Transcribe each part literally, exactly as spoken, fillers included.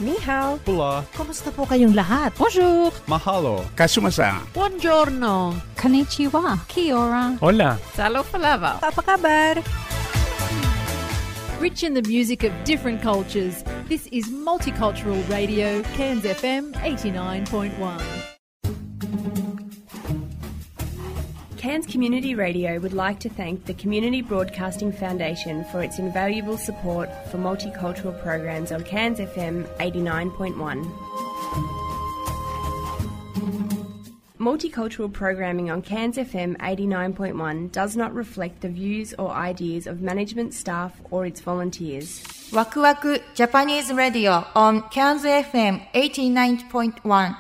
Ni hao. Hola. Kumusta po kayong lahat? Bonjour. Mahalo. Kasumasan. Buongiorno. Konnichiwa. Kia ora. Hola. Talo palava. Apa kabar? Rich in the music of different cultures, this is Multicultural Radio, Cairns F M eighty-nine point one. Cairns Community Radio would like to thank the Community Broadcasting Foundation for its invaluable support for multicultural programs on Cairns F M eighty-nine point one. Multicultural programming on Cairns F M eighty-nine point one does not reflect the views or ideas of management, staff or its volunteers. Waku Waku Japanese Radio on Cairns F M eighty-nine point one.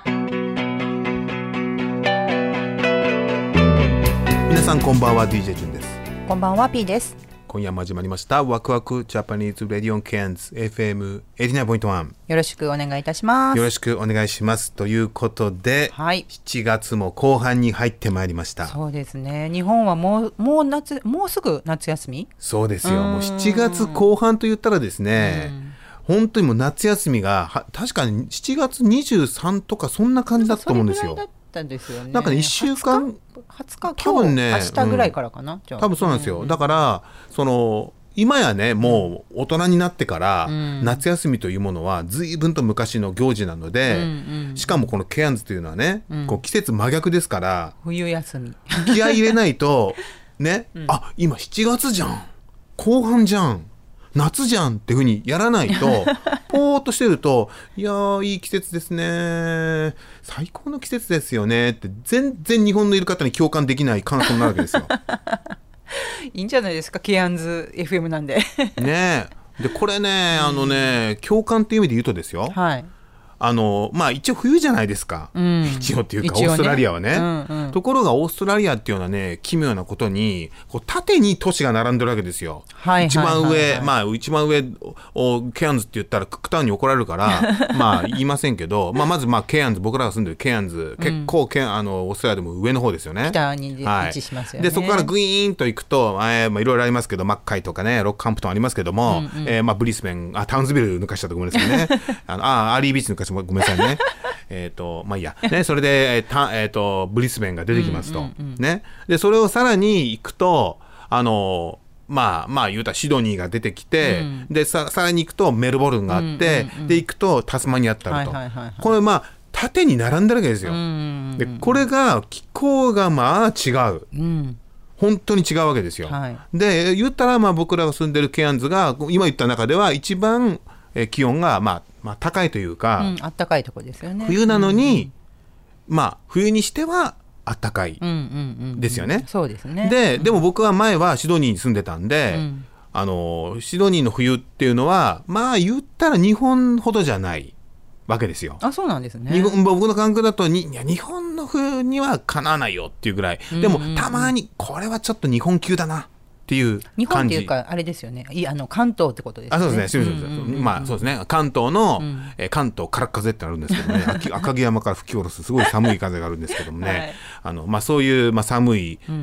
皆さんこんばんは、 ディージェー ジュンです。 こんばんは、P です。 今夜も始まりましたワクワクジャパニーズレディオンケアンズ エフエムエイティナインポイントワン。 よろしくお願いいたします。 よろしくお願いしますということで、 はい、 しちがつも後半に入ってまいりました。 そうですね、日本はもう、もう夏、もうすぐ夏休み。 そうですよ、もうしちがつこう半と言ったらですね、本当にもう夏休みがは確かにしちがつにじゅうさんとかそんな感じだったと思うんですよ。 ですよね、 なんかねいっしゅうかんはつか多分ね、 明日ぐらいからかな、うん、 多分そうなんですよ。だからその今やね、もう大人になってから、うん、夏休みというものは随分と昔の行事なので、うんうん、しかもこのケアンズというのはね、うん、こう季節真逆ですから冬休み気合い入れないとね、うん、あ今しちがつじゃん、後半じゃん、夏じゃんっていう風にやらないとポーっとしてると、いやーいい季節ですね、最高の季節ですよねって全然日本のいる方に共感できない感想になるわけですよいいんじゃないですか、ケアンズ エフエム なんでねえ。でこれね、あのね、共感っていう意味で言うとですよ、はい、あのまあ一応冬じゃないですか、うん、一応っていうか、ね、オーストラリアはね、うんうん、ところがオーストラリアっていうのはね、奇妙なことにこう縦に都市が並んでるわけですよ、はい、一番上、はいはいはい、まあ一番上をケアンズって言ったらクックタウンに怒られるからまあ言いませんけどまあまずまあケアンズ、僕らが住んでるケアンズ、結構ケアあのオーストラリアでも上の方ですよね、 北に位置しますよね、 はい、でそこからグイーンと行くと、えーまあ、いろいろありますけど、マッカイとかね、ロックハンプトンありますけども、うんうん、えーまあ、ブリスベン、あタウンズビル抜かしちゃったごめんなさいねあのあアーリービーチ抜かしちゃごめんなさいねえーとまあいいや、ね、それで、えーたえー、とブリスベンが出てきますと、うんうんうんね、でそれをさらに行くとあのまあまあ言うたらシドニーが出てきて、うん、で さ, さらに行くとメルボルンがあって、うんうんうん、で行くとタスマニアってあると、はいはいはいはい、これまあ縦に並んでるわけですよ、うんうんうん、でこれが気候がまあ違う、うん、本当に違うわけですよ、はい、で言ったらまあ僕らが住んでるケアンズが今言った中では一番え気温がまあまあ高いというか、うん、 あったかいとこですよね。 冬なのに、うん、まあ冬にしてはあったかいですよね、うんうんうん、 そうですね。 で、でも僕は前はシドニーに住んでたんで、うん、あのシドニーの冬っていうのはまあ言ったら日本ほどじゃないわけですよ。 あ、そうなんですね。 日本僕の感覚だとにいや日本の冬にはかなわないよっていうぐらい、でも、うんうんうん、たまにこれはちょっと日本級だなっていう感じ。 日本っていうかあれですよね、いあの関東ってことですね。 あ、そうですね、そうです、うんうんうん、まあそうですね、関東の、うんえー、関東から風ってあるんですけどね赤城山から吹き下ろすすごい寒い風があるんですけどもね、はい、あのまあ、そういう、まあ、寒い、うん、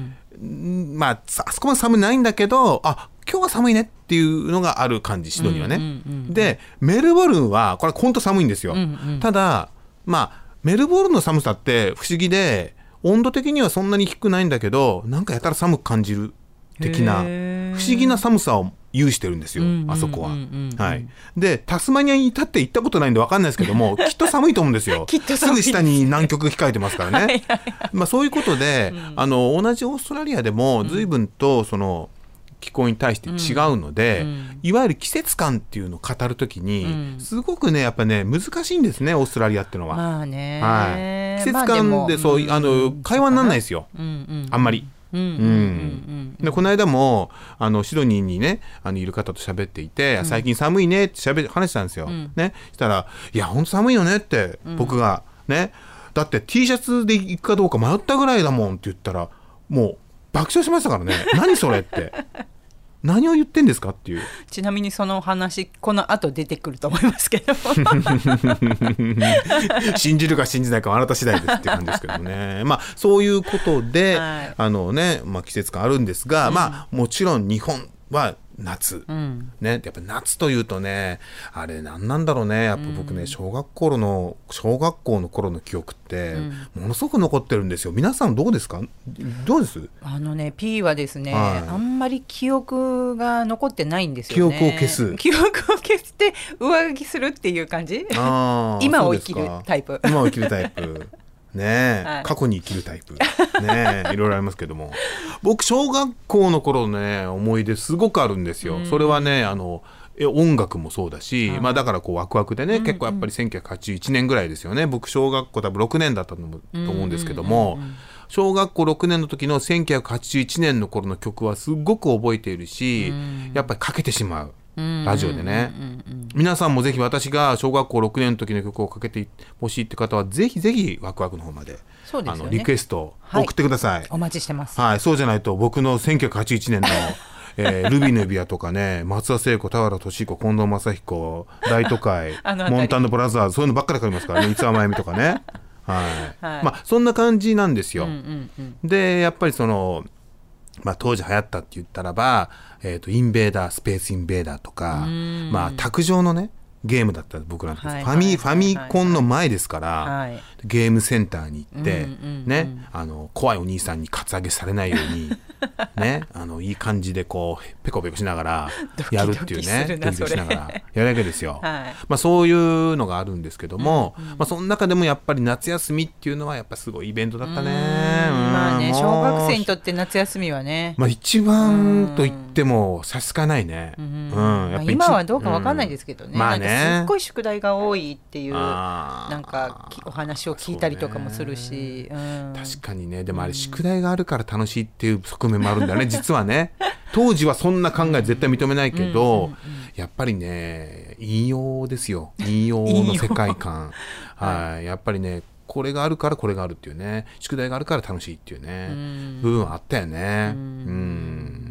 まああそこまで寒いないんだけど、あ今日は寒いねっていうのがある感じ、シドニーはね、うんうんうん、でメルボルンはこれ本当寒いんですよ、うんうん、ただまあメルボルンの寒さって不思議で、温度的にはそんなに低くないんだけどなんかやたら寒く感じる的な不思議な寒さを有してるんですよ、あそこは、はい、でタスマニアに至って行ったことないんで分かんないですけどもきっと寒いと思うんですよすぐ下に南極控えてますからねはいはい、はい、まあ、そういうことで、うん、あの同じオーストラリアでも随分とその気候に対して違うので、うんうん、いわゆる季節感っていうのを語るときに、うん、すごくねやっぱね難しいんですね、オーストラリアっていうのは。まあね、はい、季節感でそう、まあ、あの会話にならないですよ、うんうん、あんまり。うんうんうんうん、でこの間もあのシドニーにねあのいる方と喋っていて、うん、最近寒いねって喋話したんですよ、うんね、したらいやほんと寒いよねって、うん、僕がねだって T シャツで行くかどうか迷ったぐらいだもんって言ったらもう爆笑しましたからね何それって何を言ってんですかっていう。 ちなみにその話この後出てくると思いますけど信じるか信じないかはあなた次第ですって感じですけどねまあそういうことで、はい、あのね、まあ、季節感あるんですが、うん、まあもちろん日本は夏、 うんね、やっぱ夏というとねあれ何なんだろうねやっぱ僕ね、うん、小学校の小学校の頃の記憶って、うん、ものすごく残ってるんですよ。皆さんどうですか？どうです？ あのね P はですね、 はい、 あんまり記憶が残ってないんですよね。 記憶を消す記憶を消して上書きするっていう感じ。 あ今を生きるタイプ。 今を生きるタイプねえ、はい、過去に生きるタイプねえいろいろありますけども僕小学校の頃のね思い出すごくあるんですよ、うん、それはねあの音楽もそうだし、まあ、だからこうワクワクでね、うんうん、結構やっぱりせんきゅうひゃくはちじゅういちねんぐらいですよね。僕小学校多分ろくねんだったと思うんですけども、うんうんうんうん、小学校ろくねんの時のせんきゅうひゃくはちじゅういちねんの頃の曲はすごく覚えているし、うん、やっぱりかけてしまうラジオでね、うんうんうんうん、皆さんもぜひ私が小学校ろくねんの時の曲をかけてほしいって方はぜひぜひワクワクの方まで、 そうですよね、 あのリクエストを送ってください、 はい、お待ちしてます、 はい、そうじゃないと僕のせんきゅうひゃくはちじゅういちねんの、えー、ルビーの指輪とかね松田聖子、田原俊彦、近藤正彦、大都会モンタンドブラザーズそういうのばっかりかかりますからね。五輪真由美とかね、はいはい、まあそんな感じなんですよ、うんうんうん、でやっぱりそのまあ、当時流行ったって言ったらば、えーと、インベーダースペースインベーダーとか、まあ、卓上のねゲームだった僕なんです、はいはいはいはい、ファミ、ファミコンの前ですから、はい、ゲームセンターに行って、うんうんうん、ね、あの怖いお兄さんにカツアゲされないようにね、あのいい感じでこうペコペコしながらやるっていうねドキドキしながらやるわけですよ、はい、まあ、そういうのがあるんですけども、うんうん、まあ、その中でもやっぱり夏休みっていうのはやっぱすごいイベントだったね。 うん、まあね、小学生にとって夏休みはね、 まあ、一番と言っても差し支えないね、うんうん、やっぱ今はどうか分かんないですけどね、うん、まあね、なんかすっごい宿題が多いっていうなんかお話を聞いたりとかもするし、うん、 確かにね。でもあれ宿題があるから楽しいっていう側面もあるんだよね実はね。当時はそんな考え絶対認めないけど、うんうんうん、やっぱりね引用ですよ、引用の世界観はい、やっぱりねこれがあるからこれがあるっていうね、宿題があるから楽しいっていうね、うん、部分はあったよね。うん、うん、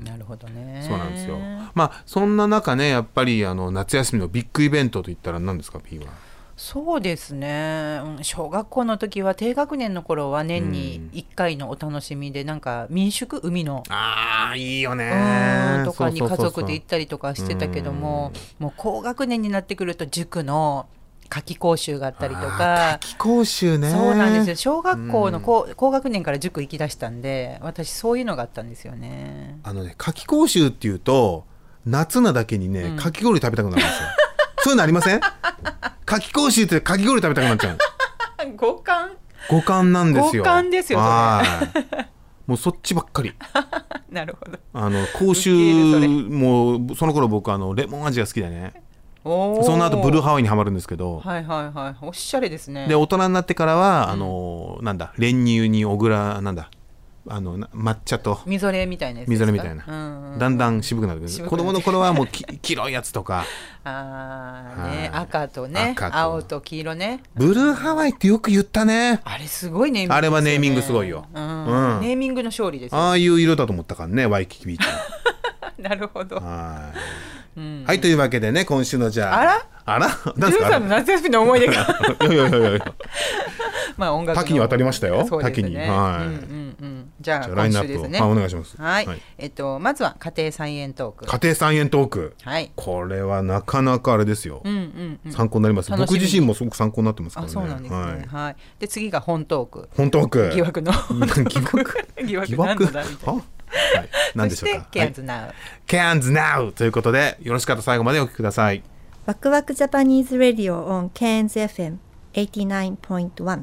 なるほどね。 そうなんですよ。まあそんな中ねやっぱりあの夏休みのビッグイベントといったら何ですか P は？ そうですね、小学校の時は低学年の頃は年にいっかいのお楽しみで、なんか民宿海のあーいいよねとかに家族で行ったりとかしてたけども、もう高学年になってくると塾の夏季講習があったりとか。 夏季講習ね。 そうなんですよ。小学校の 高,、高学年から塾行きだしたんで、私そういうのがあったんですよね。 あのね夏季講習っていうと夏なだけにね、うん、かき氷食べたくなるんですよそういうのありません？夏季講習ってかき氷食べたくなっちゃう五感五感なんですよ。 五感ですよそれ。はいもうそっちばっかりなるほど。 あの講習もその頃僕あのレモン味が好きでね、その後ブルーハワイにハマるんですけど、 はいはいはい、おしゃれですね。 で大人になってからは、うん、あのなんだ練乳に小倉なんだあの抹茶とみぞれみたいなやつみぞれみたいな、うんうん、だんだん渋くなる。子供の頃はもうき黄色いやつとかあ、ね、赤とね赤と青と黄色ね。 ブルーハワイってよく言ったね。 あれすごいネーミングですよね。 あれはネーミングすごいよ、 うんうん、ネーミングの勝利ですよ。 ああいう色だと思ったからねワイキキビーチなるほど。 はい、うん、はい、というわけでね今週のじゃああらあら何ですか？ジュンさんの夏休みの思い出がいやいやいやいやまあ音楽の多岐にわたりましたよ。 そうですね、 多岐に、はい、 うんうんうん、じゃあ今週ですね。 はい、お願いします。 はい、はい、えっとまずは家庭菜園トーク。 家庭菜園トーク、はい、これはなかなかあれですよ、うんうんうん、参考になります。僕自身もすごく参考になってますからね。 あ、そうなんですね、はいはい、で次が本トーク。 本トーク疑惑の疑惑疑惑なんだみたいなはい、何でしょうか。 そして Cairns Now、はい、 Cairns Now ということでよろしかったら最後までお聞きください。 ワクワクジャパニーズラディオ on Cairns エフエム はちじゅうきゅうてんいち。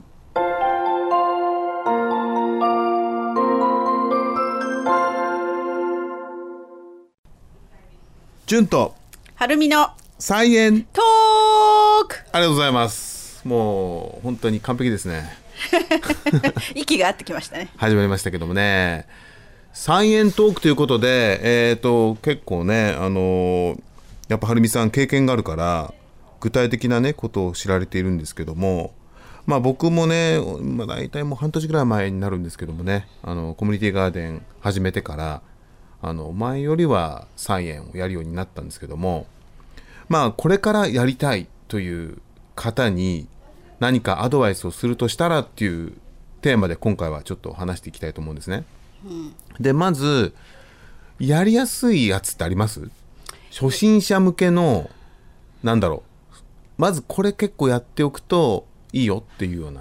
純とはるみの菜園トーク。 ありがとうございます。もう本当に完璧ですね息が合ってきましたね。 始まりましたけどもね、菜園トークということで、えーと結構ねあのー、やっぱはるみさん経験があるから具体的なねことを知られているんですけども、まあ僕もね、まあ、大体もう半年ぐらい前になるんですけどもね、あのコミュニティガーデン始めてからあの前よりは菜園をやるようになったんですけども、まあこれからやりたいという方に何かアドバイスをするとしたらっていうテーマで今回はちょっと話していきたいと思うんですね、うん、でまずやりやすいやつってあります？ 初心者向けのなんだろう、まずこれ結構やっておくといいよっていうような。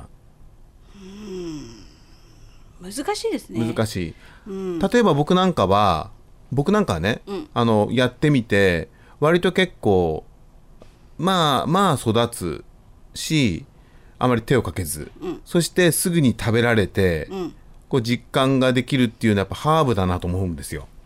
難しいですね。 難しい、 うん、 例えば僕なんかは僕なんかはね、うん、あのやってみて割と結構まあまあ育つし、あまり手をかけず、うん、そしてすぐに食べられて、うん、こう実感ができるっていうのはやっぱハーブだなと思うんですよ。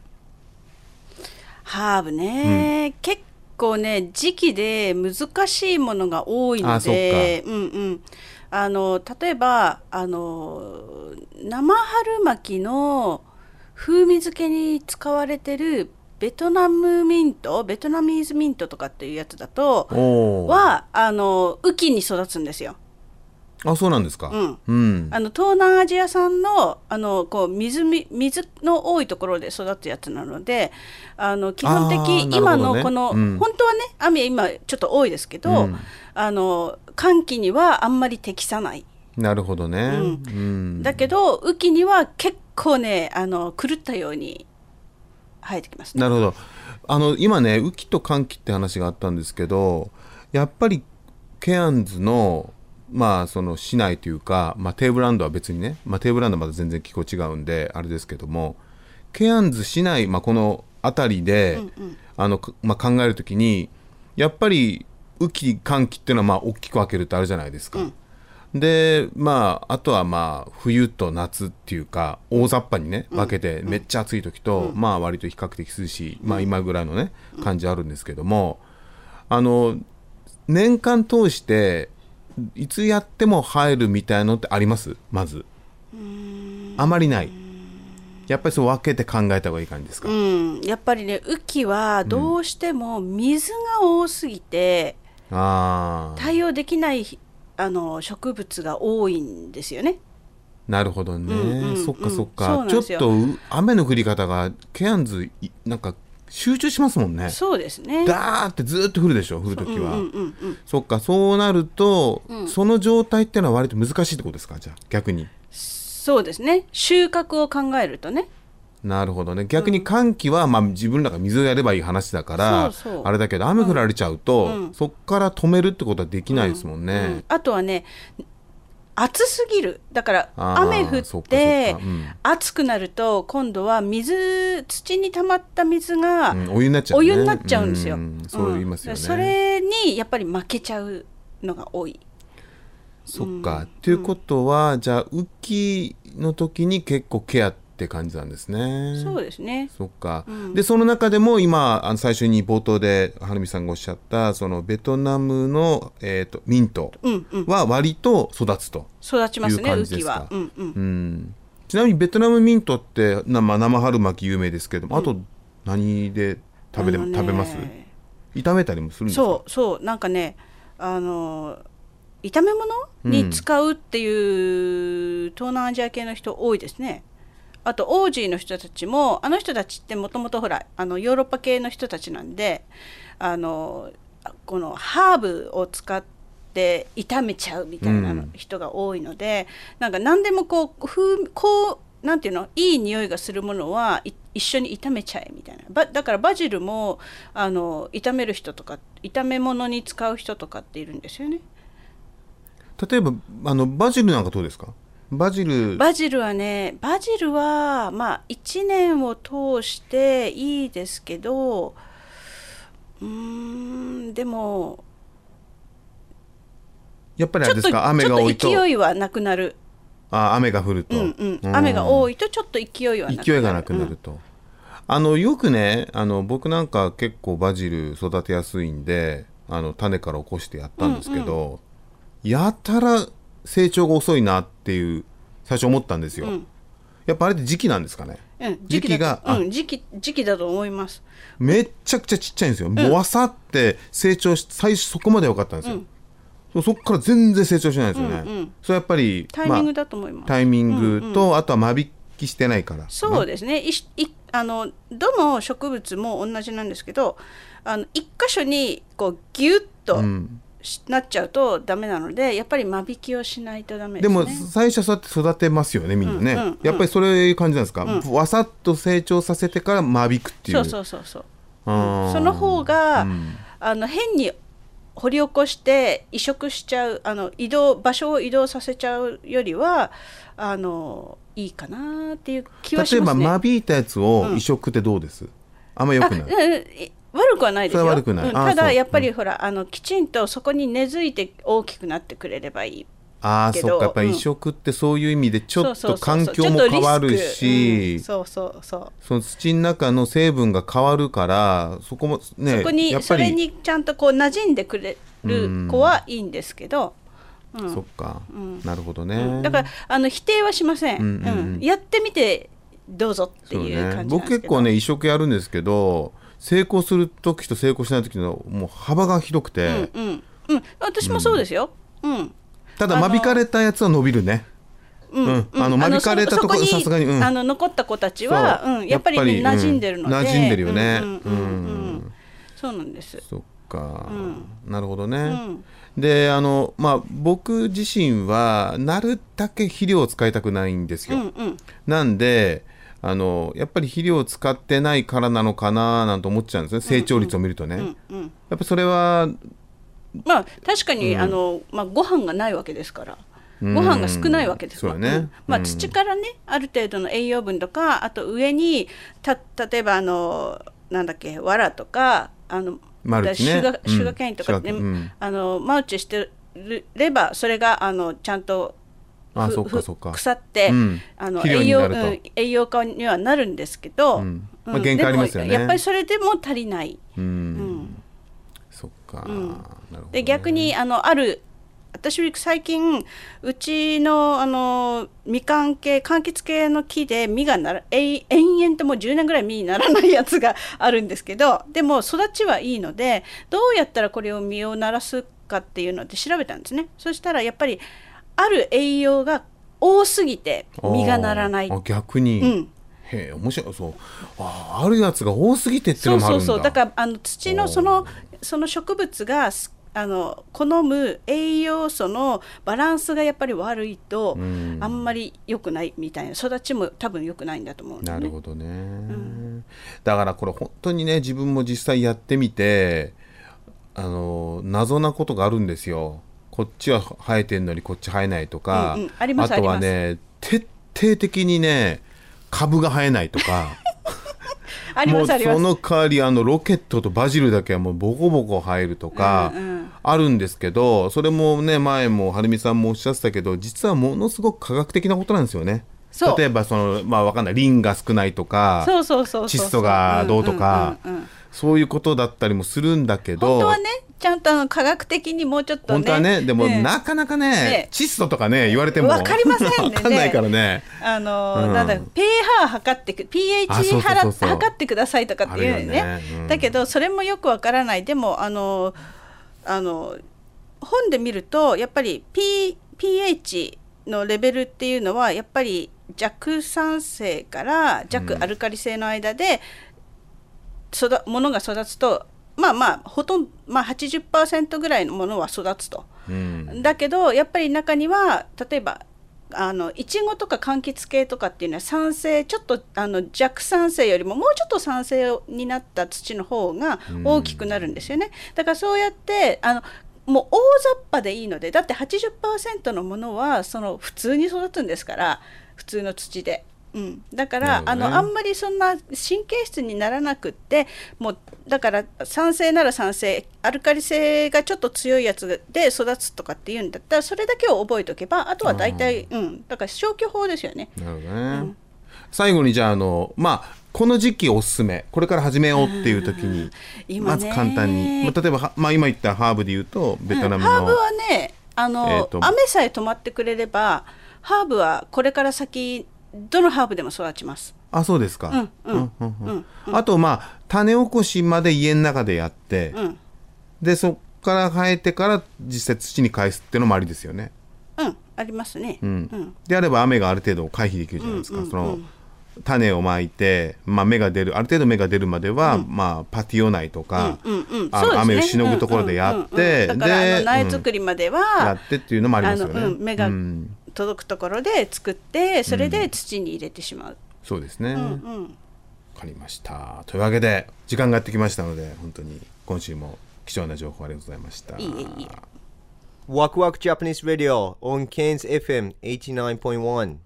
ハーブね、うん、結構ね時期で難しいものが多いので、うんうん、あの例えばあの生春巻きの風味付けに使われてるベトナムミント、ベトナミーズミントとかっていうやつだとはあの雨季に育つんですよ。 あ、そうなんですか。 うんうん、あの東南アジア産 の, あのこう 水, 水の多いところで育つやつなので、あの基本的、ね、今のこの、うん、本当はね雨今ちょっと多いですけど、うん、あの乾季にはあんまり適さない。 なるほどね、うんうん、だけど雨季には結構ねあの狂ったように生えてきますね。 なるほど。あの今ね雨季と乾季って話があったんですけど、やっぱりケアンズのまあその市内というか、まあ、テーブランドは別にね、まあ、テーブランドはまだ全然気候違うんであれですけども、ケアンズ市内、まあ、この辺りで、うんうんあのまあ、考えるときにやっぱり雨季乾季っていうのはまあ大きく分けるとあるじゃないですか、うん、でまああとはまあ冬と夏っていうか大雑把にね分けて、めっちゃ暑い時と、うん、まあ割と比較的涼しい、まあ、今ぐらいのね感じあるんですけども、あの年間通していつやっても生えるみたいのってあります？まずあまりない。やっぱりそう分けて考えた方がいい感じですか？ うん、やっぱりね雨季はどうしても水が多すぎて、うん、あ対応できないあの植物が多いんですよね。 なるほどね、うんうん、そっかそっか。ちょっと雨の降り方がケアンズなんか集中しますもんね。 そうですね。 ダーってずっと降るでしょ、降るときは、うんうんうんうん、そっか。そうなると、うん、その状態っていうのは割と難しいってことですか？じゃあ逆に。 そうですね、収穫を考えるとね。 なるほどね。逆に乾季は、まあ、自分らが水をやればいい話だから、そうそうあれだけど雨降られちゃうと、うん、そっから止めるってことはできないですもんね、うんうん、 あとはね暑すぎる。だから雨降って、うん、暑くなると今度は水土に溜まった水が、うん、 お湯になっちゃう、ね、 お湯になっちゃうんですよ、うん、 そう言いますよね、 うん、それにやっぱり負けちゃうのが多い。 そっか、うん、っていうことは、うん、じゃあ雨季の時に結構ケアって感じなんですね。 そうですね。 そっか、うん、でその中でも今あの最初に冒頭ではるみさんがおっしゃったそのベトナムの、えー、とミントは割と育つと育ちますね、 いう感じですか？ 雨季は、うんうんうん、 ちなみにベトナムミントってな、まあ、生春巻き有名ですけども、うん、あと何で食べれ、食べます？炒めたりもするんですか？ そうそう、なんかねあの炒め物に使うっていう、うん、東南アジア系の人多いですね。あとオージーの人たちも、あの人たちってもともとほらあのヨーロッパ系の人たちなんで、あのこのハーブを使って炒めちゃうみたいな人が多いので、うん、なんか何でもこう風こうなんていうの、いい匂いがするものは一緒に炒めちゃえみたいな。ばだからバジルもあの炒める人とか炒め物に使う人とかっているんですよね。 例えばあのバジルなんかどうですか？バジルバジルはね、バジルはまあいちねんを通していいですけど、うーんでもやっぱりあれですか、雨が多いとちょっと勢いはなくなる。 あ、雨が降ると、 うんうん、雨が多いとちょっと勢いはなくなる。 勢いがなくなると、うん、あのよくねあの僕なんか結構バジル育てやすいんであの種から起こしてやったんですけど、うんうん、やたら成長が遅いなっていう最初思ったんですよ、うん、やっぱあれって時期なんですかね、 うん、時期が、うん、時期、時期だと思います。 めっちゃくちゃちっちゃいんですよ、うん、もわさって成長し最初そこまで良かったんですよ、うん、そこから全然成長しないんですよね、うんうん、それやっぱりタイミングだと思います、まあ、 タイミングと、うんうん、あとは間引きしてないから。 そうですね、いいあのどの植物も同じなんですけど、あの一箇所にこうギュッと、うんなっちゃうとダメなので、やっぱり間引きをしないとダメですね。 でも最初そうやって育てますよねみんなね、うんうんうん、やっぱりそういう感じなんですか、うん、わさっと成長させてから間引くっていう。 そうそうそうそう。 その方が、うん、あの変に掘り起こして移植しちゃう、あの移動場所を移動させちゃうよりはあのいいかなっていう気はしますね。 例えば間引いたやつを移植ってどうです、うん、あんま良くない？ 悪くはないですよ。 悪くない、うん、 ただやっぱりほら、うん、あのきちんとそこに根付いて大きくなってくれればいい。 ああ、そっか、やっぱり移植ってそういう意味でちょっと環境も変わるし、 そうそうそう、 その土の中の成分が変わるからそこもね、 そこにやっぱりそれにちゃんとこう馴染んでくれる子はいいんですけど、 うん、そっか、うん、なるほどね、 うん、だからあの否定はしません、うんうんうん、やってみてどうぞっていう感じなんですけど、ね、 僕結構ね移植やるんですけど、成功する時と成功しない時のもう幅が広くて、 うんうんうん、私もそうですよ、うんうん、 ただ間引かれたやつは伸びるね、うんうん、あの間引かれたところさすがに、うん、 あの残った子たちは、うん、やっぱり、ね、馴染んでるので、 うん、馴染んでるよね、 うんうんうんうん、そうなんです。 そっか、うん、なるほどね、うん、であの、まあ、僕自身はなるだけ肥料を使いたくないんですよ、うんうん、なんであのやっぱり肥料を使ってないからなのかななんて思っちゃうんですね、成長率を見るとね、うんうん、やっぱそれはまあ確かに、うん、あのまあ、ご飯がないわけですから、ご飯が少ないわけですから、うん、ね、まあ、土からねある程度の栄養分とか、あと上にた例えばあのなんだっけ藁とかあのマルチね、 シュガ、シュガケインとか、ね、うん、あのマルチしてればそれがあのちゃんとあそっかそっか腐って、うん、あの栄養、うん、栄養価にはなるんですけど、うんまあ、限界ありますよね。 やっぱりそれでも足りない、 うんうん、そっか、うん、なるほどね。 で逆にあのある私最近うちのあのみかん系柑橘系の木で実がなら延々ともうじゅうねんぐらい実にならないやつがあるんですけど、でも育ちはいいのでどうやったらこれを実をならすかっていうので調べたんですね。そしたらやっぱりある栄養が多すぎて実がならない。 あ逆に、うん、へえ面白い。そう あ, あるやつが多すぎてっていうのもあるんだ。 そうそうそう、だからあの土のそのその植物があの好む栄養素のバランスがやっぱり悪いと、うん、あんまり良くないみたいな、育ちも多分良くないんだと思うんだよね。 なるほどね、うん、だからこれ本当にね自分も実際やってみてあの謎なことがあるんですよ。こっちは生えてんのにこっち生えないとか、うんうん、あります、あとはね徹底的にね株が生えないとかありますあります。 もうその代わりあのロケットとバジルだけはもうボコボコ生えるとかあるんですけど、うんうん、それもね前もはるみさんもおっしゃってたけど実はものすごく科学的なことなんですよね。例えばその、まあ、わかんないリンが少ないとか窒素がどうとか、うんうんうんうん、そういうことだったりもするんだけど本当はねちゃんとあの科学的にもうちょっとね本当はねでも、ね、なかなかね、ね窒素とかね言われても分かりませんね。 分かんないからねあの、うん、なんだ pH 測ってく pH 測ってくださいとかっていうね、ね、うん、だけどそれもよく分からない。でもあのあの本で見るとやっぱり、P、pH のレベルっていうのはやっぱり弱酸性から弱アルカリ性の間で育ものが育つとまあまあほとんど、まあ、はちじゅっパーセント ぐらいのものは育つと、うん、だけどやっぱり中には例えばあのイチゴとか柑橘系とかっていうのは酸性ちょっとあの弱酸性よりももうちょっと酸性になった土の方が大きくなるんですよね、うん、だからそうやってあのもう大雑把でいいので、だって はちじゅっパーセント のものはその普通に育つんですから普通の土で、うん、だから、ね、あのあんまりそんな神経質にならなくってもうだから酸性なら酸性アルカリ性がちょっと強いやつで育つとかっていうんだったらそれだけを覚えておけばあとは大体、うん、だから消去法ですよね。 なるほどね、うん、最後にじゃあ、あの、まあ、この時期おすすめこれから始めようっていう時にまず簡単に、まあ、例えば、まあ、今言ったハーブで言うとベトナムの、 うん、ハーブはねあの、えーと、雨さえ止まってくれればハーブはこれから先どのハーブでも育ちます。 あ、そうですか。あとまあ種起こしまで家の中でやって、うん、でそっから生えてから実際土に返すっていうのもありですよね。 うん、ありますね、うんうん、 であれば雨がある程度回避できるじゃないですか、うんうんうん、その種をまいて、まあ、芽が出るある程度芽が出るまでは、うんまあ、パティオ内とか、うんうんうん、あの雨をしのぐところでやって、 だからあの苗作りまでは、うん、 やってっていうのもありますよね。 あの、うん、芽が届くところで作ってそれで土に入れてしまう、うん、 そうですね、うんうん、 かりました。というわけで時間がやってきましたので、本当に今週も貴重な情報ありがとうございました。 いいえいいえ。 ワクワク Japanese Radio on Cairns エフエム エイティナインポイントワン。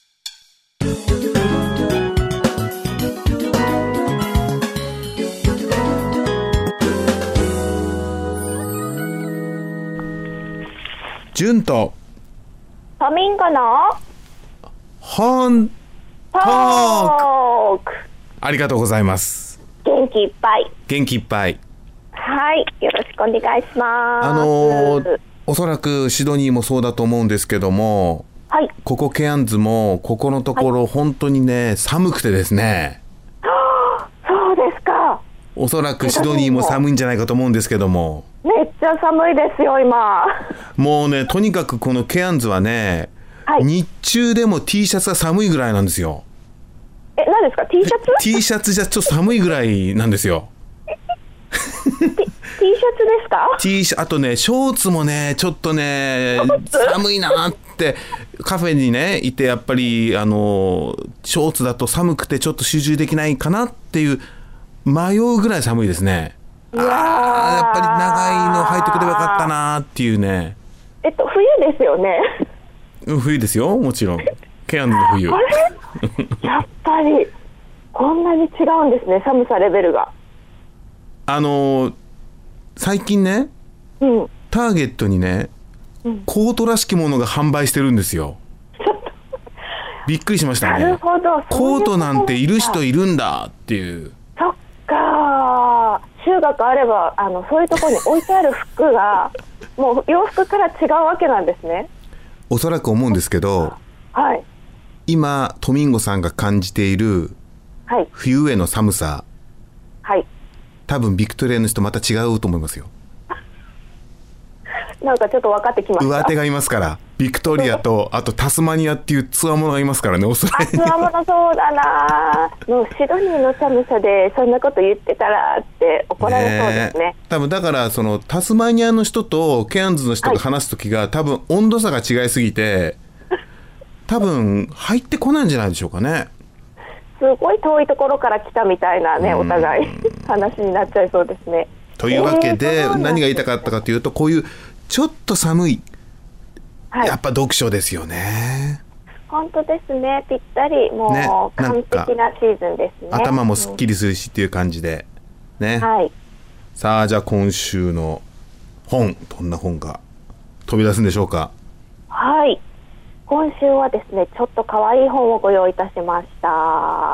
ジュンとトミンゴの本トーク。ありがとうございます。 元気いっぱい。 元気いっぱい。 はい、よろしくお願いします。 あのー、おそらくシドニーもそうだと思うんですけども、 はい、 ここケアンズもここのところ、はい、本当にね寒くてですね。 そうですか。 おそらくシドニーも寒いんじゃないかと思うんですけども。 めっちゃ寒いですよ今。 もうね、とにかくこのケアンズはね、はい、日中でも T シャツが寒いぐらいなんですよ。 え、何ですか T シャツ T シャツじゃちょっと寒いぐらいなんですよ。 T, T シャツですか T シャあとねショーツもねちょっとね寒いなってカフェにねいて、やっぱりあのショーツだと寒くてちょっと集中できないかなっていう迷うぐらい寒いですね。ああやっぱり長いの履いてくればよかったなっていうね。 えっと冬ですよね。 冬ですよ、もちろんケアンズの冬。 あれやっぱりこんなに違うんですね、寒さレベルが。 あのー、最近ね、うん、ターゲットにね、うん、コートらしきものが販売してるんですよ。びっくりしましたね。 なるほど。 コートなんている人いるんだっていう。 そっか、収穫あればあのそういうところに置いてある服がもう洋服から違うわけなんですね。 おそらく思うんですけど、 はい、 今トミンゴさんが感じている冬への寒さ、 はい、 多分ビクトリアの人また違うと思いますよ。 なんかちょっと分かってきました。 上手がいますから、ビクトリアとあとタスマニアっていうつわものがいますからね。おそらくつわものそうだな。もうシドニーの寒さでそんなこと言ってたらって怒られそうですね。ね、 多分だからそのタスマニアの人とケアンズの人が話すときが、はい、多分温度差が違いすぎて多分入ってこないんじゃないでしょうかね。 すごい遠いところから来たみたいなね、お互い話になっちゃいそうですね。 というわけで、えー、何が言いたかったかというと、こういうちょっと寒い、はい、やっぱ読書ですよね。 本当ですね、ぴったり、もう、ね、完璧なシーズンですね。 頭もすっきりするしっていう感じで、ね、 はい、 さあじゃあ今週の本、どんな本が飛び出すんでしょうか。 はい、今週はですね、ちょっと可愛い本をご用意いたしました。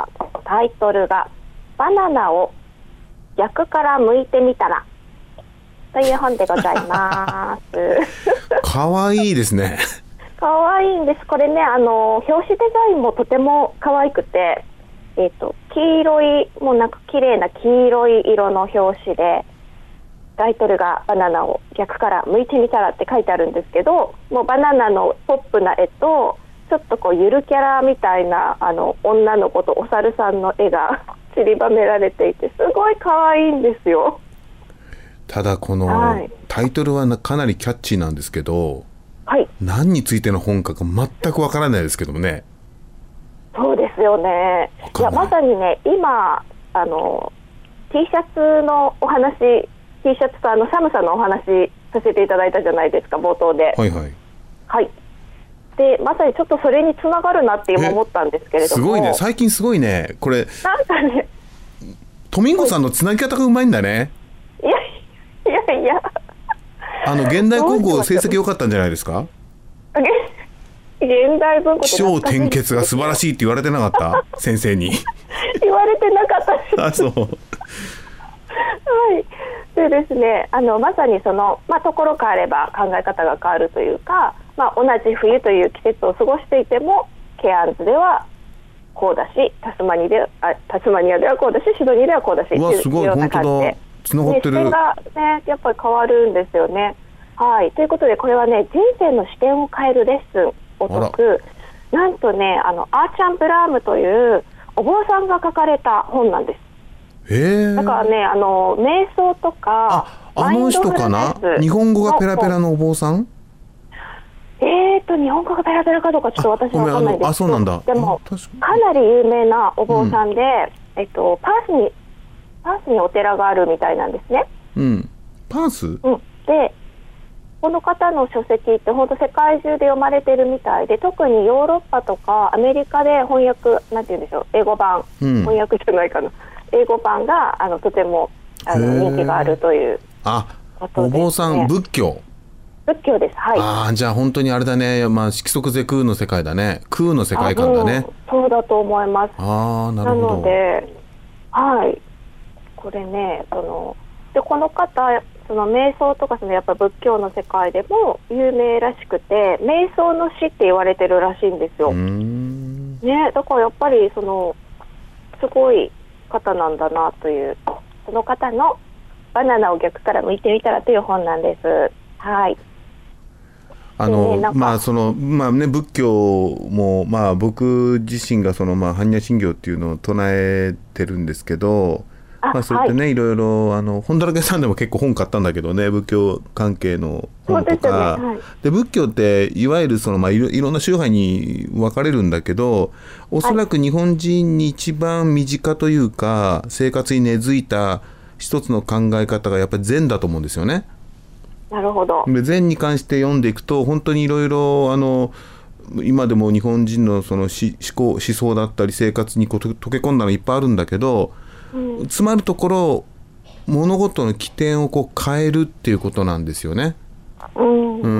タイトルがバナナを逆から剥いてみたらという本でございます可愛いですね。 可愛いんです。これね、あの表紙デザインもとても可愛くて、えーと、黄色い、もうなんか綺麗な黄色い色の表紙で、タイトルがバナナを逆から剥いてみたらって書いてあるんですけど、もうバナナのポップな絵とちょっとこうゆるキャラみたいなあの女の子とお猿さんの絵が散りばめられていて、すごい可愛いんですよ。 ただこの、はい、タイトルはかなりキャッチーなんですけど、 はい、 何についての本かが全くわからないですけどもね。 そうですよね。いや、まさにね、今あの T シャツのお話、T シャツとあの寒さのお話させていただいたじゃないですか、冒頭で。 はいはい、 はい、でまさにちょっとそれにつながるなって今思ったんですけれども。 すごいね、最近すごいね、これなんかね、 トミンゴさんのつなぎ方がうまいんだね。 いやいやいや、 あの現代高校成績良かったんじゃないですか。 現代文庫起承転結が素晴らしいって言われてなかった先生に。 言われてなかったです。 あ、そう。はい 。でですね、あのまさにその、まあ、ところ変われば考え方が変わるというか、まあ、同じ冬という季節を過ごしていてもケアンズではこうだし、タスマニであタスマニアではこうだし、シドニーではこうだし、 うわすごい、本当だ、つながってる。 視点が、ね、やっぱり変わるんですよね。はい、ということでこれはね、人生の視点を変えるレッスンを解く、なんとね、あのアーチャン・ブラームというお坊さんが書かれた本なんです。 へー。 だからね、あの瞑想とか、 あ、あの人かな、日本語がペラペラのお坊さん。 えーと日本語がペラペラかどうかちょっと私は分かんないですけど、 あ、そうなんだ。 でもかなり有名なお坊さんで、 えっと、パースにパースにお寺があるみたいなんですね。 うん、パース、 うん、でこの方の書籍って本当世界中で読まれてるみたいで、特にヨーロッパとかアメリカで翻訳なんて言うんでしょう、英語版、うん、翻訳じゃないかな、英語版があのとてもあの人気があるということですね。 あ、お坊さん仏教仏教です。はい。 ああ、じゃあ本当にあれだね、まあ色即是空の世界だね、空の世界観だね。 そうだと思います。 ああ、なるほど。 なので、はい、これね、そのでこの方、その瞑想とかそのやっぱ仏教の世界でも有名らしくて、瞑想の師って言われてるらしいんですよ。ね、だからやっぱりそのすごい方なんだなという、その方のバナナを逆から向いてみたらという本なんです。はい。 あのね、まあそのまあね、仏教もまあ僕自身がそのまあ般若心経っていうのを唱えてるんですけど、まあそうやってね、はい、いろいろあの本だらけさんでも結構本買ったんだけどね、仏教関係の本とか で,、ねはい、で仏教っていわゆるそのまあいろいろんな宗派に分かれるんだけど、おそらく日本人に一番身近というか生活に根付いた一つの考え方がやっぱり禅だと思うんですよね。 なるほど。 で禅に関して読んでいくと本当にいろいろあの今でも日本人のその思考思想だったり生活にこう溶け込んだのいっぱいあるんだけど、うん、つまるところ物事の起点をこう変えるっていうことなんですよね。うんうん、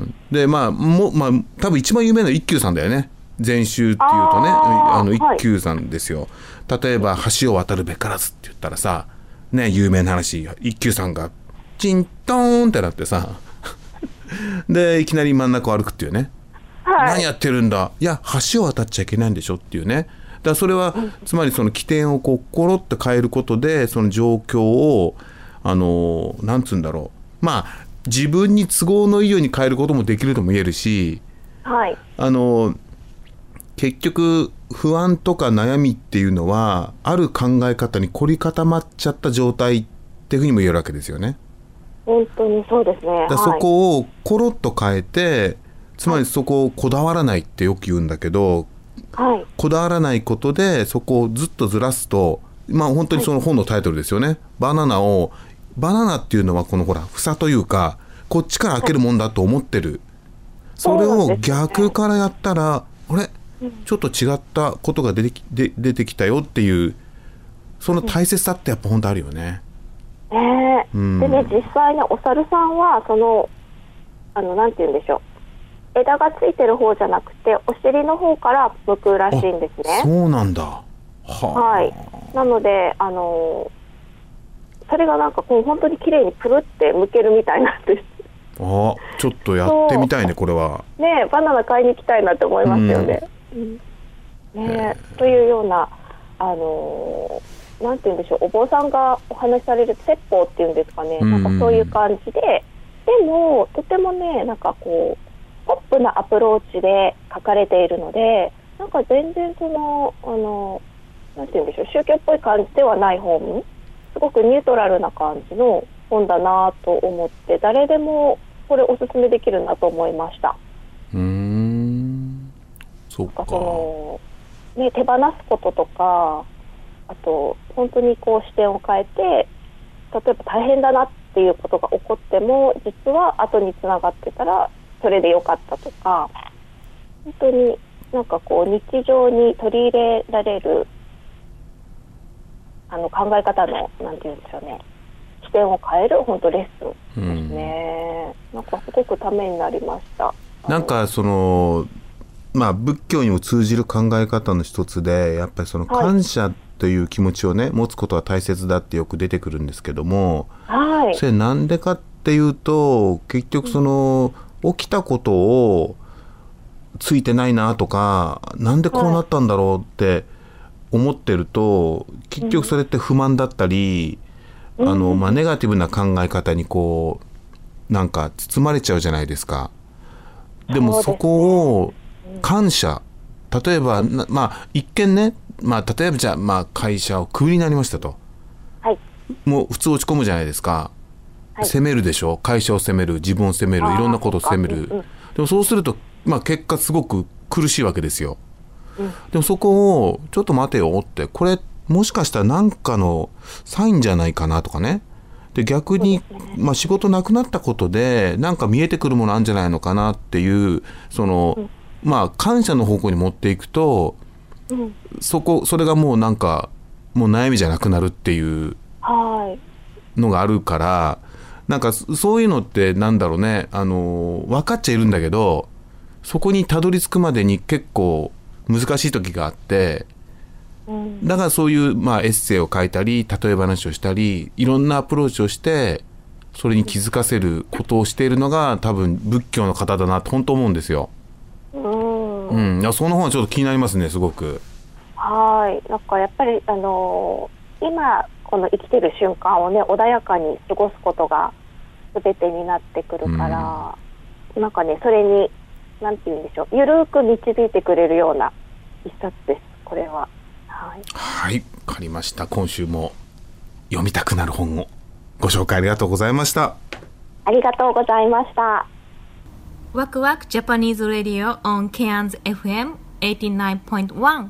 でまあもまあ多分一番有名な一休さんだよね。禅宗っていうとね、あの一休さんですよ、はい、例えば橋を渡るべからずって言ったらさね、有名な話、一休さんがチントーンってなってさでいきなり真ん中を歩くっていうね、はい、何やってるんだ、いや橋を渡っちゃいけないんでしょっていうね。だからそれは、うん、つまりその起点をこうコロッと変えることでその状況をあのなんつうんだろう、まあ自分に都合のいいように変えることもできるとも言えるし、はい、あの結局不安とか悩みっていうのはある考え方に凝り固まっちゃった状態っていうふうにも言えるわけですよね。 本当にそうですね。 だそこをコロッと変えて、つまりそこをこだわらないってよく言うんだけど、はい、こだわらないことでそこをずっとずらすと、まあ本当にその本のタイトルですよね、はい、バナナをバナナっていうのはこのほら房というかこっちから開けるもんだと思ってる、はい、それを逆からやったら、あれちょっと違ったことが出てき、で出てきたよっていうその大切さってやっぱ本当あるよね。 えーうん、でね、実際ねお猿さんはそのあのなんて言うんでしょう、枝がついてる方じゃなくてお尻の方から剥くらしいんですね。 そうなんだ。はあ、 はい。なのであのそれがなんかこう本当に綺麗にプルって剥けるみたいなんです。 あ、ちょっとやってみたいねこれは。 ね、バナナ買いに行きたいなって思いますよね。うんね、というようなあのなんて言うんでしょう、お坊さんがお話しされる説法っていうんですかね、なんかそういう感じで、でもとてもねなんかこうポップなアプローチで書かれているので、なんか全然そのあのなんて言うんでしょう、宗教っぽい感じではない本、すごくニュートラルな感じの本だなと思って、誰でもこれおすすめできるなと思いました。 うーん、そうか。 そのね、手放すこととか、あと本当にこう視点を変えて、例えば大変だなっていうことが起こっても実は後につながってたらそれでよかったとか、本当になんかこう日常に取り入れられるあの考え方のなんていうんでしょうね、視点を変える本当レッスンですね。なんかすごくためになりました。 なんかそのまあ仏教にも通じる考え方の一つで、やっぱりその感謝という気持ちをね、はい、持つことは大切だってよく出てくるんですけども、はい、それなんでかっていうと、結局その起きたことをついてないなとか、なんでこうなったんだろうって思ってると、結局それって不満だったり、うん、あのまあネガティブな考え方にこうなんか包まれちゃうじゃないですか。でもそこを感謝、例えばまあ一見ね、まあ例えばじゃあまあ会社をクビになりましたと、はい、もう普通落ち込むじゃないですか、はい、責めるでしょ、会社を責める、自分を責める、いろんなことを責める、うん、でもそうするとまあ結果すごく苦しいわけですよ、うん、でもそこをちょっと待てよって、これっもしかしたら何かのサインじゃないかなとかね。で逆に、まあ、仕事なくなったことでなんか見えてくるものあるんじゃないのかなっていうその、うん、まあ感謝の方向に持っていくと、うん、そこそれがもうなんかもう悩みじゃなくなるっていうのがあるから、なんかそういうのってなんだろうね、あの分かっちゃいるんだけどそこにたどり着くまでに結構難しい時があって、だからそういう、まあ、エッセイを書いたり例え話をしたりいろんなアプローチをしてそれに気づかせることをしているのが多分仏教の方だなって本当思うんですよ。うん、うん、いやその方がちょっと気になりますねすごく。 はい、なんかやっぱりあのー、今この生きてる瞬間をね穏やかに過ごすことが全てになってくるから、うん、なんかねそれになんて言うんでしょう、ゆるく導いてくれるような一冊ですこれは。はい、 はい、わかりました。今週も読みたくなる本をご紹介ありがとうございました。 ありがとうございました。 ワクワクジャパニーズラディオ on ケアンズ エフエム エイティナインポイントワン。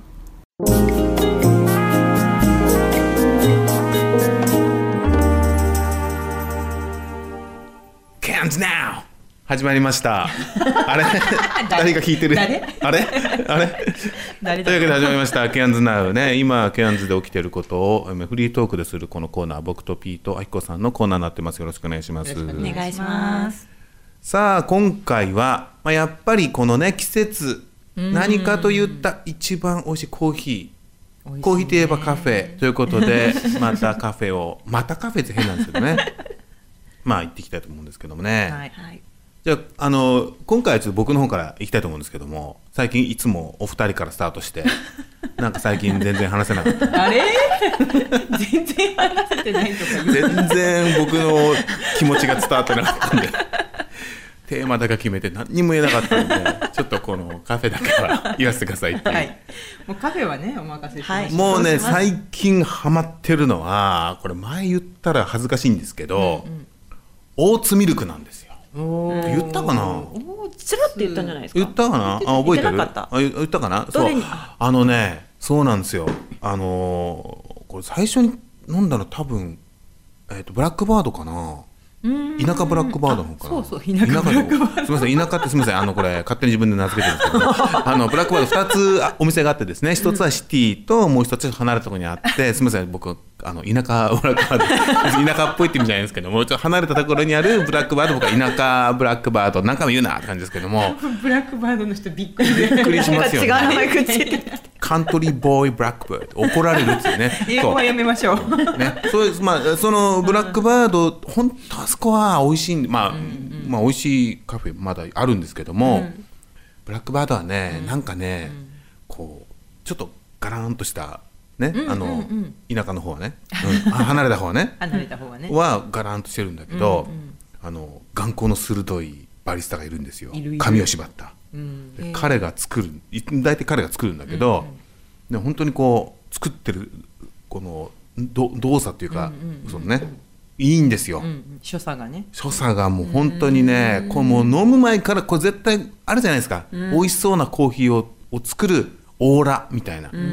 ケアンズ Now 始まりました。あれ誰が聞いてる？ 誰？ あれあれ誰というわけで始まりましたケアンズ Now ね。今ケアンズで起きていることをフリートークでするこのコーナー、僕とピーとあきこさんのコーナーになってます。よろしくお願いします。 お願いします。 さあ今回は、まあ、やっぱりこのね季節、何かといった一番美味しいコーヒー、ね、コーヒーといえばカフェということでまたカフェをまたカフェって変なんですけどねまあ行っていきたいと思うんですけどもね、はいはい、じゃあ、あの今回はちょっと僕の方から行きたいと思うんですけども、最近いつもお二人からスタートしてなんか最近全然話せなかったあれ全然話せてないとか言う全然僕の気持ちが伝わってなかったんでテーマだけ決めて何にも言えなかったのでちょっとこのカフェだけは言わせてくださいっていう、はい、 もうカフェはねお任せします、はい、 もうね最近ハマってるのはこれ前言ったら恥ずかしいんですけど、うんうん、オーツミルクなんですよ。言ったかな、 ちらっと言ったんじゃないですか。 言ったかな、あ覚えてる、あ言ったかな。そうあのねそうなんですよ、あのー、これ最初に飲んだの多分、えーと、ブラックバードかな、田舎ブラックバードの方かな。 そうそう田舎ブラックバード、 すみません田舎ってすみませんあのこれ勝手に自分で名付けてるんですけどあのブラックバードふたつお店があってですね、一つはシティともう一つ離れたところにあってすみません僕あの田舎ブラックバード田舎っぽいって意味じゃないんですけども、ちょっと離れたところにあるブラックバード、僕は田舎ブラックバード何回も言うなって感じですけどもブラックバードの人びっくりびっくりしますよね。 違う名前くっついてカントリーボーイブラックバード怒られるっていうね英語はやめましょうね、そうです、まあ、そのブラックバード本当あそこは美味しい、まあうんうんまあ、美味しいカフェまだあるんですけども、うん、ブラックバードはね、うん、なんかね、うん、こうちょっとガラーンとしたね、うんうんうん、あの田舎の方はね、うん、離れた方はね離れた方はねはガラーンとしてるんだけど、うんうん、あの眼光の鋭いバリスタがいるんですよ。 いるいる髪を縛った、うん、で彼が作る大体彼が作るんだけど、うんうん、で本当にこう作ってるこのど動作っていうか、うんうんうん、そのねいいんですよ、うんうん、 所作がね所作がもう本当にね、こうもう飲む前からこれ絶対あるじゃないですか、うん、美味しそうなコーヒーをを作るオーラみたいな、うんうんうん、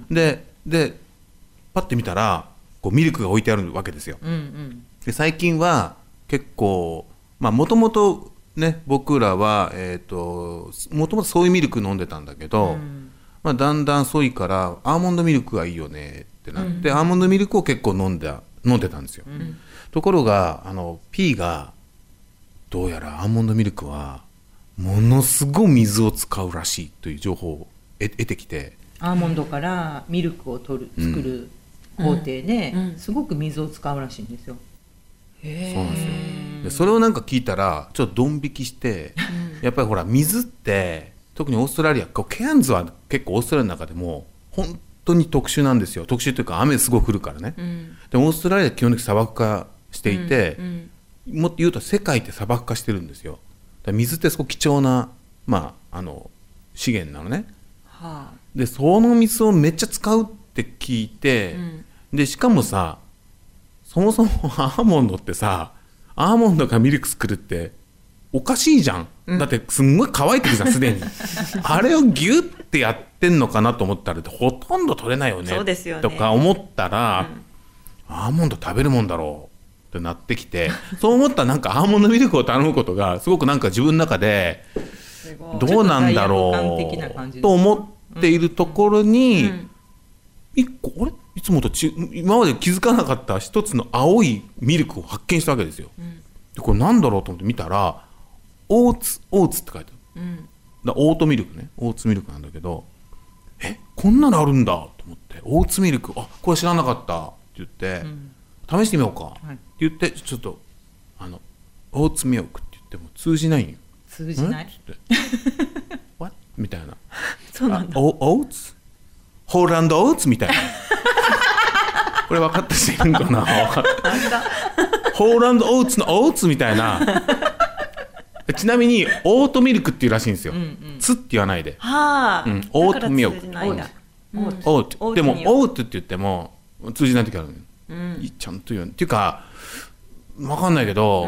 ででパッて見たらこうミルクが置いてあるわけですよ、うんうん、で最近は結構まあもともとね僕らはえっともともとソイミルク飲んでたんだけど、うんまあ、だんだんソイからアーモンドミルクがいいよねってなって、うん、アーモンドミルクを結構飲んだ飲んでたんですよ、うん、ところがあの P がどうやらアーモンドミルクはものすごい水を使うらしいという情報を得てきて、 アーモンドからミルクを取る作る工程で、うん、すごく水を使うらしいんですよ。 へー、そうなんですよ。でそれをなんか聞いたらちょっとドン引きして、うん、やっぱりほら水って特にオーストラリアケアンズは結構オーストラリアの中でも本当に特殊なんですよ。特殊というか雨すごく降るからね、うん、でオーストラリアは基本的に砂漠化していて、うんうん、もっと言うと世界って砂漠化してるんですよ。だから水ってすごく貴重な、まあ、あの資源なのね、はあ、でその水をめっちゃ使うって聞いて、うん、でしかもさそもそもアーモンドってさアーモンドがミルク作るっておかしいじゃん、うん、だってすんごい乾いてるじゃんすでにあれをギュッてやってんのかなと思ったらほとんど取れないよね、 そうですよねとか思ったら、うん、アーモンド食べるもんだろうってなってきてそう思ったらなんかアーモンドミルクを頼むことがすごくなんか自分の中でどうなんだろうと思っているところに、うんうん、一個あれいつもとち今まで気づかなかった一つの青いミルクを発見したわけですよ、うん、でこれなんだろうと思って見たらオーツオーツって書いてある、うん、だオートミルクね、オーツミルクなんだけど、えこんなのあるんだと思って、オーツミルク、あこれ知らなかったって言って、うん、試してみようか、はい、って言ってちょっとあのオーツミルクって言っても通じないんよ。 通じないってWhat? みたいなそうなんだ。 オーツホーランドオーツみたいなこれ分かった人いるんかなホーランドオーツのオーツみたいなちなみにオートミルクっていうらしいんですよ、うんうん、ツって言わないで、 はあ、うん、 オートミルク、オートでもオートって言っても通じない時あるの、うん、ちゃんと言うっていうか分かんないけど、うん、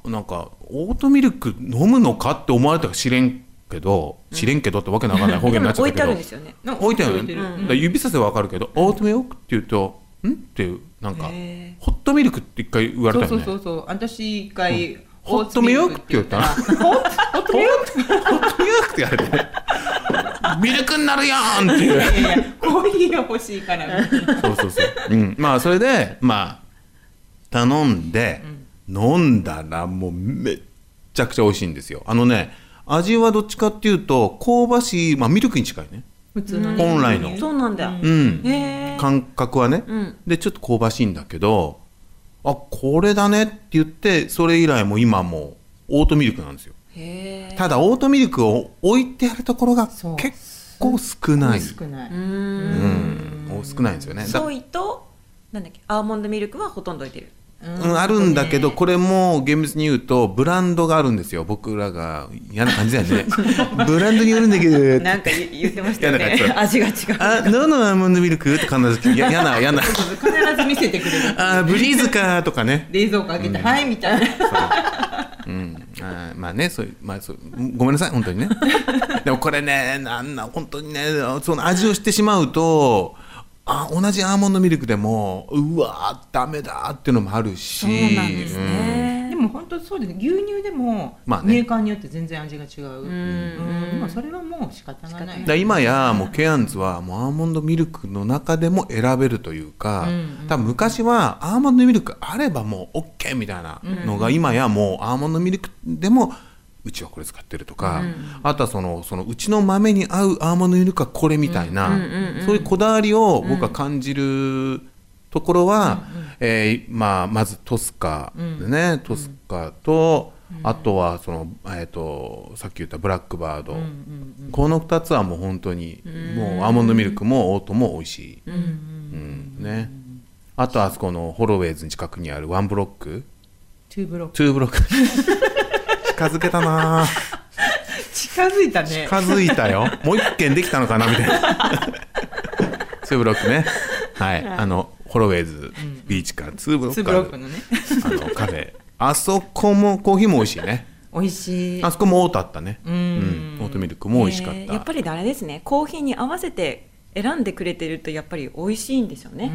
なんかオートミルク飲むのかって思われたか知れんけど、知れんけどってわけのわかんない方言になっちゃったけど置いてあるんですよね。 置いてある、うん、指させば分かるけど、うん、オートミルクって言うとんっていうなんかホットミルクって一回言われたよね。 そうそうそうそう、私一回、うん、 ホットミルクって言ったらホットミルクホットミルクって言われてミルクになるやんっていういやいやコーヒーが欲しいからそうそうそう、うん、まあそれでまあ頼んで、うん、飲んだらもうめっちゃくちゃ美味しいんですよ。あのね味はどっちかっていうと香ばしい、まあ、ミルクに近いね、 普通の本来のそうなんだ、 うん、へ感覚はね、うん、でちょっと香ばしいんだけど、あこれだねって言ってそれ以来も今もオートミルクなんですよ。へただオートミルクを置いてあるところが結構少ない、 少ない、うーん、うん、少ないんですよね。 ソイとなんだっけアーモンドミルクはほとんど置いてる、 うん、あるんだけど、これも厳密に言うとブランドがあるんですよ。僕らが嫌な感じだよねブランドによるんだけどなんか言ってましたよね味が違う。 あ、どのアーモンドミルクって必ず嫌な嫌な必ず見せてくれるあ、ブリーズかとかね冷蔵庫開けて、うん、はいみたいなうん、あまあねそういう、まあ、そうごめんなさい本当にねでもこれねなんな本当にねその味を知ってしまうとあ同じアーモンドミルクでもうわダメだっていうのもあるし。 そうなんですね、 うん、でも本当そうですね。牛乳でもメーカーによって全然味が違う、うんうん、まあ、それはもう仕方がない。 だ今やもうケアンズはもうアーモンドミルクの中でも選べるというか、うんうん、多分昔はアーモンドミルクあればもう OK みたいなのが、今やもうアーモンドミルクでもうちはこれ使ってるとか、うん、あとはその、そのうちの豆に合うアーモンドミルクはこれみたいな、うんうんうんうん、そういうこだわりを僕は感じるところは、うんうんえーまあ、まずトスカでね、うん、トスカと、うん、あとはその、えー、とさっき言ったブラックバード、うんうんうん、このふたつはもう本当に、うん、もうアーモンドミルクもオートも美味しい、うんうんね、あとはあそこのホロウェイズの近くにあるワンブロックツーブロックツーブロック近づけたな近づいたね近づいたよもう一軒できたのかなみたいなツーブロックね、はい、はい、あのホロウェイズビーチからツーブロックから、うん、 ね、 あのカフェあそこもコーヒーも美味しいね。 美味しい。 あそこもオートあったね、うん、うん、オートミルクも美味しかった、えー、やっぱりあれですね、コーヒーに合わせて選んでくれてるとやっぱり美味しいんでしょうね。うん、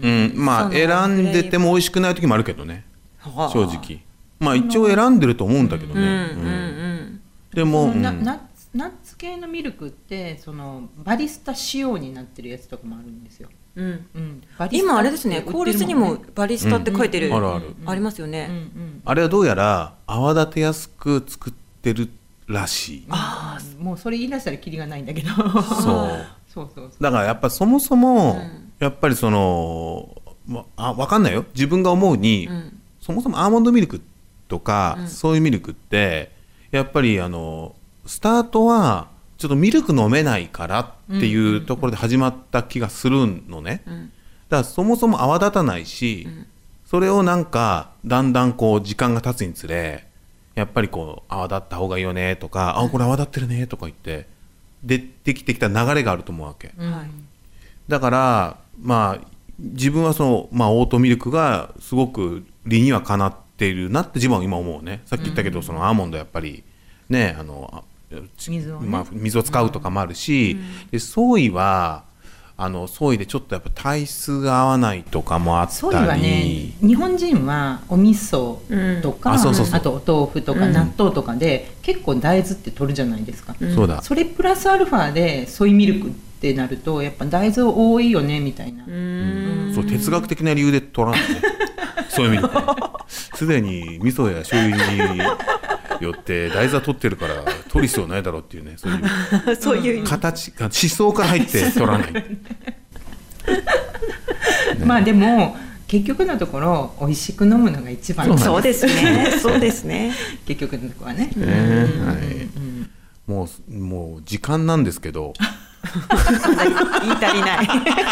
うん、まあ選んでても美味しくない時もあるけどね、正直まあ一応選んでると思うんだけどね、うんうんうん、でも、うん、 ナ, ナ, ナッツ系のミルクってそのバリスタ仕様になってるやつとかもあるんですよ、うんうん、 今あれですね、効率にもバリスタって書いてる、うんうん、あるあるありますよね、うんうん、 あれはどうやら泡立てやすく作ってるらしい。 ああ、もうそれ言い出したらキリがないんだけどそうそうそうそう、だからやっぱそもそも、うん、やっぱりその、まあ、分かんないよ自分が思うに、うん、そもそもアーモンドミルクとか、うん、そういうミルクってやっぱりあのスタートはちょっとミルク飲めないからっていうところで始まった気がするのね、うんうんうん、だからそもそも泡立たないし、うん、それをなんかだんだんこう時間が経つにつれやっぱりこう泡立った方がいいよねとか、うん、あこれ泡立ってるねとか言って出てきてきた流れがあると思うわけ、うん、だからまあ自分はその、まあ、オートミルクがすごく理にはかなってっているなって自分は今思うね。さっき言ったけど、うん、そのアーモンドやっぱりね、あの水をね、 まあ、水を使うとかもあるし、うん、でソイはあのソイでちょっとやっぱ体質が合わないとかもあったり、ソイはね、 日本人はお味噌とか、うん、あ, そうそうそうあとお豆腐とか納豆とかで、うん、結構大豆って取るじゃないですか、うん、 そうだ。 それプラスアルファでソイミルクってなるとやっぱ大豆多いよねみたいな、うーん、そう哲学的な理由で取らないねソイミルクすでに味噌や醤油によって大豆は取ってるから取る必要ないだろうっていうね、そういうそういう形思想から入って取らないね、 まあでも結局のところ美味しく飲むのが一番。 そうですねそうですね結局のところはね、 えーはい、うん、もうもう時間なんですけど言い足りない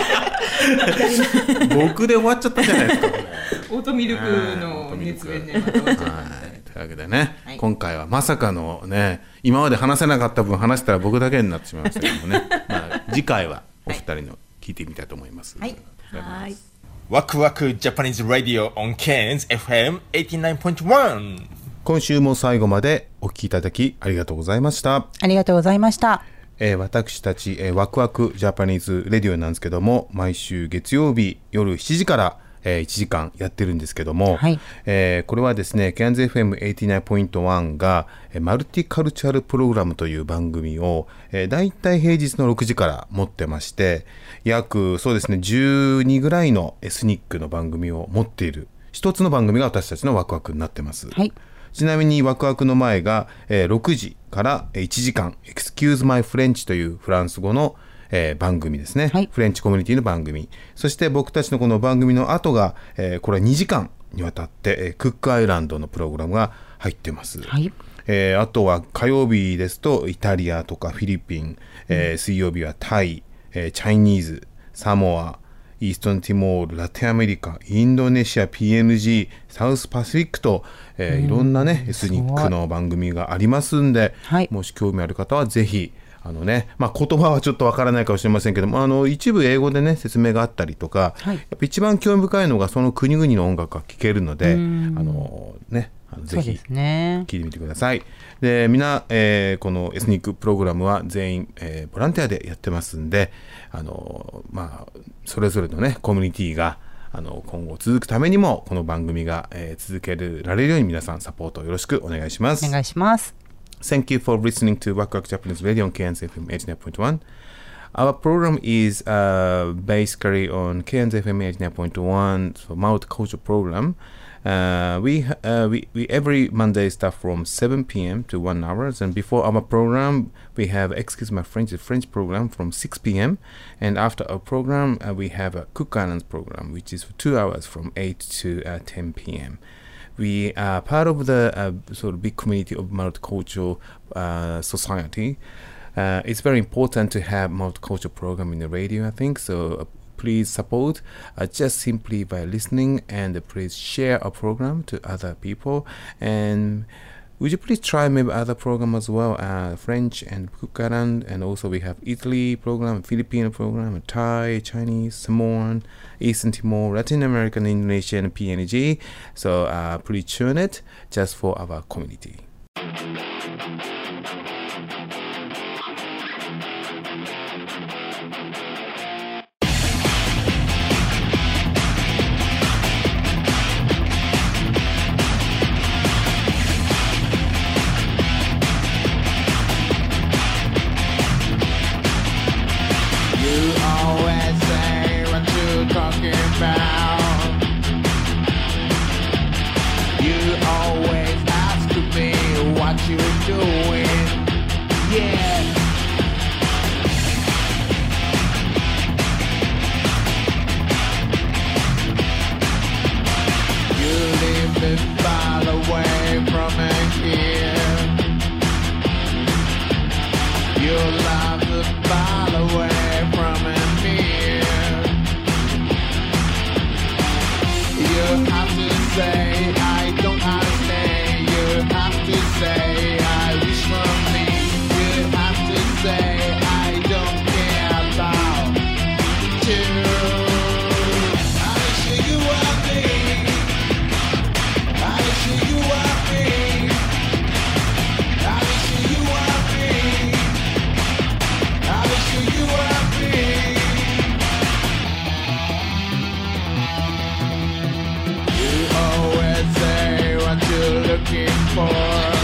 僕で終わっちゃったじゃないですかオートミルクの熱弁でまた終わっちゃった、はい、 というわけでね、はい、今回はまさかのね、今まで話せなかった分話したら僕だけになってしまいましたけどもね、まあ、次回はお二人の聞いてみたいと思います。 はい、はい、 ワクワクジャパニーズラディオ on ケーンズ エフエム はちじゅうきゅうてんいち。 今週も最後までお聞きいただきありがとうございました。 ありがとうございました。 えー、私たち、えー、ワクワクジャパニーズレディオなんですけども、毎週月曜日夜しちじから、えー、いちじかんやってるんですけども、はい、えー、これはですね ケーエヌズ エフエム はちじゅうきゅうてんいち が、えー、マルティカルチャルプログラムという番組を、えー、だいたい平日のろくじから持ってまして、約そうですねじゅうにぐらいのエスニックの番組を持っている一つの番組が私たちのワクワクになってます。はい、ちなみにワクワクの前が、えー、ろくじからいちじかん Excuse My French というフランス語の、えー、番組ですね、はい、フレンチコミュニティの番組。そして僕たちのこの番組の後が、えー、これはにじかんにわたって、えー、クックアイランドのプログラムが入ってます。はい、えー、あとは火曜日ですとイタリアとかフィリピン、えー、水曜日はタイ、えー、チャイニーズ、サモア、イーストンティモール、ラテンアメリカ、インドネシア、ピーエヌジー、サウスパシフィックと、えー、いろんなねエスニックの番組がありますんで、はい、もし興味ある方はぜひあのね、まあ、言葉はちょっとわからないかもしれませんけども、あの一部英語でね説明があったりとか、はい、やっぱ一番興味深いのがその国々の音楽が聴けるので、あのねぜひ聞いてみてください。でみんな、えー、このエスニックプログラムは全員、えー、ボランティアでやってますんで、あの、まあ、それぞれのねコミュニティがあの今後続くためにもこの番組が、えー、続けられるように皆さんサポートよろしくお願いします。 お願いします。 Thank you for listening to Waku Waku Japanese Radio on K N Z F M はちじゅうきゅうてんいち。Our program is uh, basically on K N Z F M はちじゅうきゅうてんいち so multicultural program. Uh, we, uh, we, we every Monday start from seven p.m. to one hours, and before our program we have excuse my French, the French program from six p.m. and after our program uh, we have a Cook Islands program which is for two hours from eight to uh, ten p.m. We are part of the uh, sort of big community of multicultural uh, society. Uh, it's very important to have multicultural program in the radio, I think, so uh, please support uh, just simply by listening, and uh, please share our program to other people, and would you please try maybe other program as well, uh, French and Cook Island, and also we have Italy program, Filipino program, Thai, Chinese, Samoan, Eastern Timor, Latin American, Indonesian, P N G, so uh, please tune it just for our community. Say I don't understand. You have to say I wish for.